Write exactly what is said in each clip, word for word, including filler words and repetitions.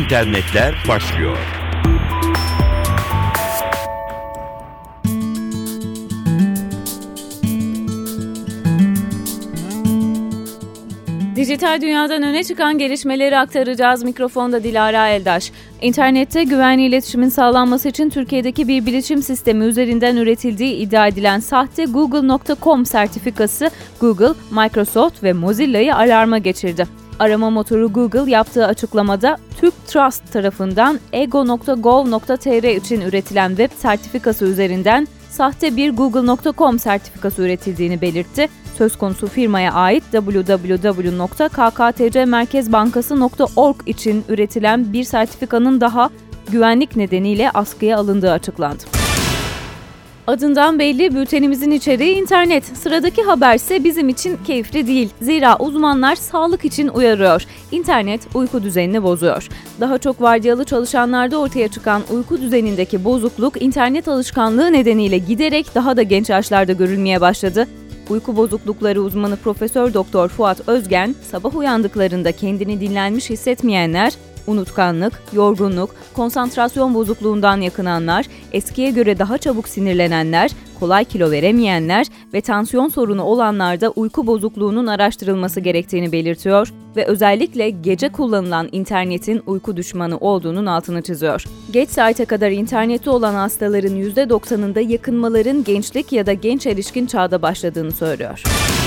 İnternetler başlıyor. Dijital dünyadan öne çıkan gelişmeleri aktaracağız. Mikrofonda Dilara Eldaş. İnternette güvenli iletişimin sağlanması için Türkiye'deki bir bilişim sistemi üzerinden üretildiği iddia edilen sahte Google nokta com sertifikası Google, Microsoft ve Mozilla'yı alarma geçirdi. Arama motoru Google yaptığı açıklamada Türk Trust tarafından ego nokta gov nokta tr için üretilen web sertifikası üzerinden sahte bir Google nokta com sertifikası üretildiğini belirtti. Söz konusu firmaya ait double-u double-u double-u nokta k k t c merkez bankası nokta org için üretilen bir sertifikanın daha güvenlik nedeniyle askıya alındığı açıklandı. Adından belli, bültenimizin içeriği internet. Sıradaki haberse bizim için keyifli değil. Zira uzmanlar sağlık için uyarıyor. İnternet uyku düzenini bozuyor. Daha çok vardiyalı çalışanlarda ortaya çıkan uyku düzenindeki bozukluk internet alışkanlığı nedeniyle giderek daha da genç yaşlarda görülmeye başladı. Uyku bozuklukları uzmanı Profesör Doktor Fuat Özgen, sabah uyandıklarında kendini dinlenmiş hissetmeyenler, unutkanlık, yorgunluk, konsantrasyon bozukluğundan yakınanlar, eskiye göre daha çabuk sinirlenenler, kolay kilo veremeyenler ve tansiyon sorunu olanlarda uyku bozukluğunun araştırılması gerektiğini belirtiyor ve özellikle gece kullanılan internetin uyku düşmanı olduğunun altını çiziyor. Geç saate kadar internette olan hastaların yüzde doksanında yakınmaların gençlik ya da genç erişkin çağda başladığını söylüyor.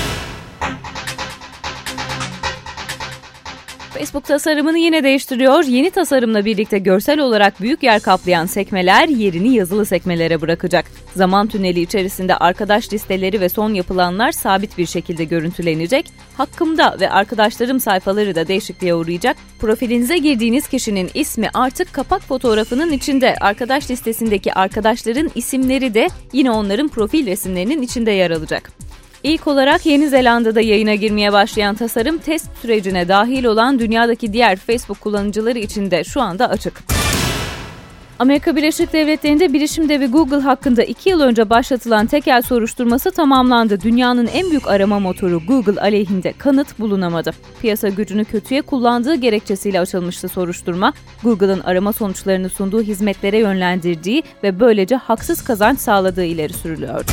Facebook tasarımını yine değiştiriyor. Yeni tasarımla birlikte görsel olarak büyük yer kaplayan sekmeler yerini yazılı sekmelere bırakacak. Zaman tüneli içerisinde arkadaş listeleri ve son yapılanlar sabit bir şekilde görüntülenecek. Hakkımda ve arkadaşlarım sayfaları da değişikliğe uğrayacak. Profilinize girdiğiniz kişinin ismi artık kapak fotoğrafının içinde. Arkadaş listesindeki arkadaşların isimleri de yine onların profil resimlerinin içinde yer alacak. İlk olarak Yeni Zelanda'da yayına girmeye başlayan tasarım test sürecine dahil olan dünyadaki diğer Facebook kullanıcıları için de şu anda açık. Amerika Birleşik Devletleri'nde bilişim devi Google hakkında iki yıl önce başlatılan tekel soruşturması tamamlandı. Dünyanın en büyük arama motoru Google aleyhinde kanıt bulunamadı. Piyasa gücünü kötüye kullandığı gerekçesiyle açılmıştı soruşturma. Google'ın arama sonuçlarını sunduğu hizmetlere yönlendirdiği ve böylece haksız kazanç sağladığı ileri sürülüyordu.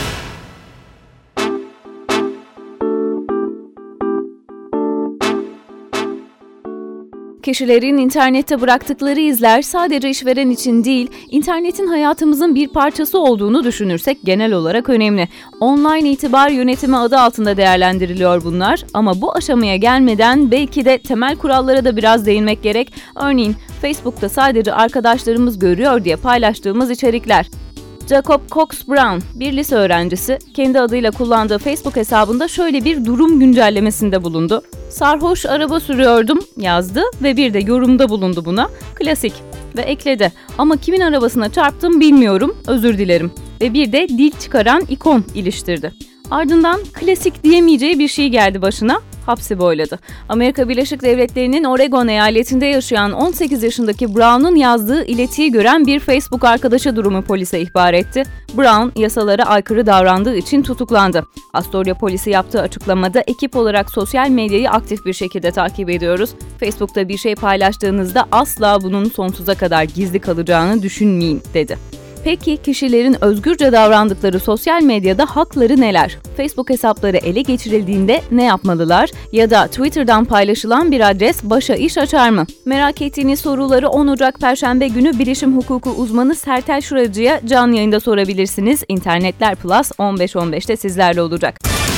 Kişilerin internette bıraktıkları izler sadece işveren için değil, internetin hayatımızın bir parçası olduğunu düşünürsek genel olarak önemli. Online itibar yönetimi adı altında değerlendiriliyor bunlar ama bu aşamaya gelmeden belki de temel kurallara da biraz değinmek gerek. Örneğin Facebook'ta sadece arkadaşlarımız görüyor diye paylaştığımız içerikler. Jacob Cox Brown, bir lise öğrencisi, kendi adıyla kullandığı Facebook hesabında şöyle bir durum güncellemesinde bulundu. Sarhoş araba sürüyordum yazdı ve bir de yorumda bulundu buna. Klasik ve ekledi. Ama kimin arabasına çarptım bilmiyorum, özür dilerim. Ve bir de dil çıkaran ikon iliştirdi. Ardından klasik diyemeyeceği bir şey geldi başına. Hapsi boyladı. Amerika Birleşik Devletleri'nin Oregon eyaletinde yaşayan on sekiz yaşındaki Brown'un yazdığı iletiyi gören bir Facebook arkadaşı durumu polise ihbar etti. Brown, yasalara aykırı davrandığı için tutuklandı. Astoria polisi yaptığı açıklamada ekip olarak sosyal medyayı aktif bir şekilde takip ediyoruz. Facebook'ta bir şey paylaştığınızda asla bunun sonsuza kadar gizli kalacağını düşünmeyin, dedi. Peki kişilerin özgürce davrandıkları sosyal medyada hakları neler? Facebook hesapları ele geçirildiğinde ne yapmalılar? Ya da Twitter'dan paylaşılan bir adres başa iş açar mı? Merak ettiğiniz soruları on Ocak Perşembe günü bilişim hukuku uzmanı Sertel Şuracı'ya canlı yayında sorabilirsiniz. İnternetler Plus on beş on beşte sizlerle olacak.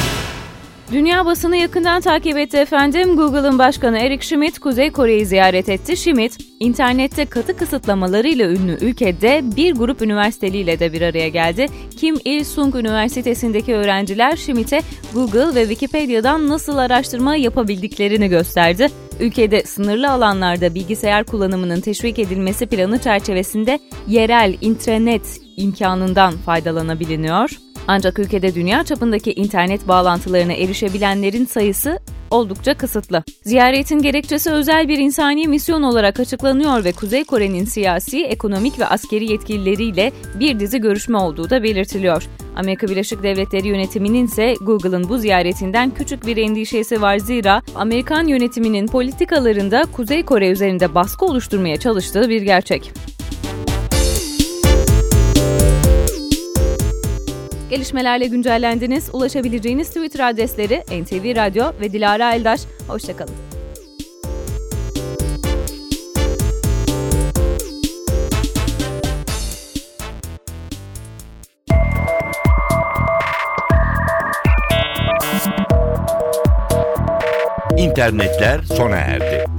Dünya basını yakından takip etti efendim. Google'ın başkanı Eric Schmidt Kuzey Kore'yi ziyaret etti. Schmidt, internette katı kısıtlamalarıyla ünlü ülkede bir grup üniversiteliyle de bir araya geldi. Kim Il-sung Üniversitesi'ndeki öğrenciler Schmidt'e Google ve Wikipedia'dan nasıl araştırma yapabildiklerini gösterdi. Ülkede sınırlı alanlarda bilgisayar kullanımının teşvik edilmesi planı çerçevesinde yerel intranet imkanından faydalanabiliyor. Ancak ülkede dünya çapındaki internet bağlantılarına erişebilenlerin sayısı oldukça kısıtlı. Ziyaretin gerekçesi özel bir insani misyon olarak açıklanıyor ve Kuzey Kore'nin siyasi, ekonomik ve askeri yetkilileriyle bir dizi görüşme olduğu da belirtiliyor. Amerika Birleşik Devletleri yönetiminin ise Google'ın bu ziyaretinden küçük bir endişesi var, zira Amerikan yönetiminin politikalarında Kuzey Kore üzerinde baskı oluşturmaya çalıştığı bir gerçek. Gelişmelerle güncellendiniz. Ulaşabileceğiniz Twitter adresleri N T V Radyo ve Dilara Eldaş. Hoşçakalın. İnternetler sona erdi.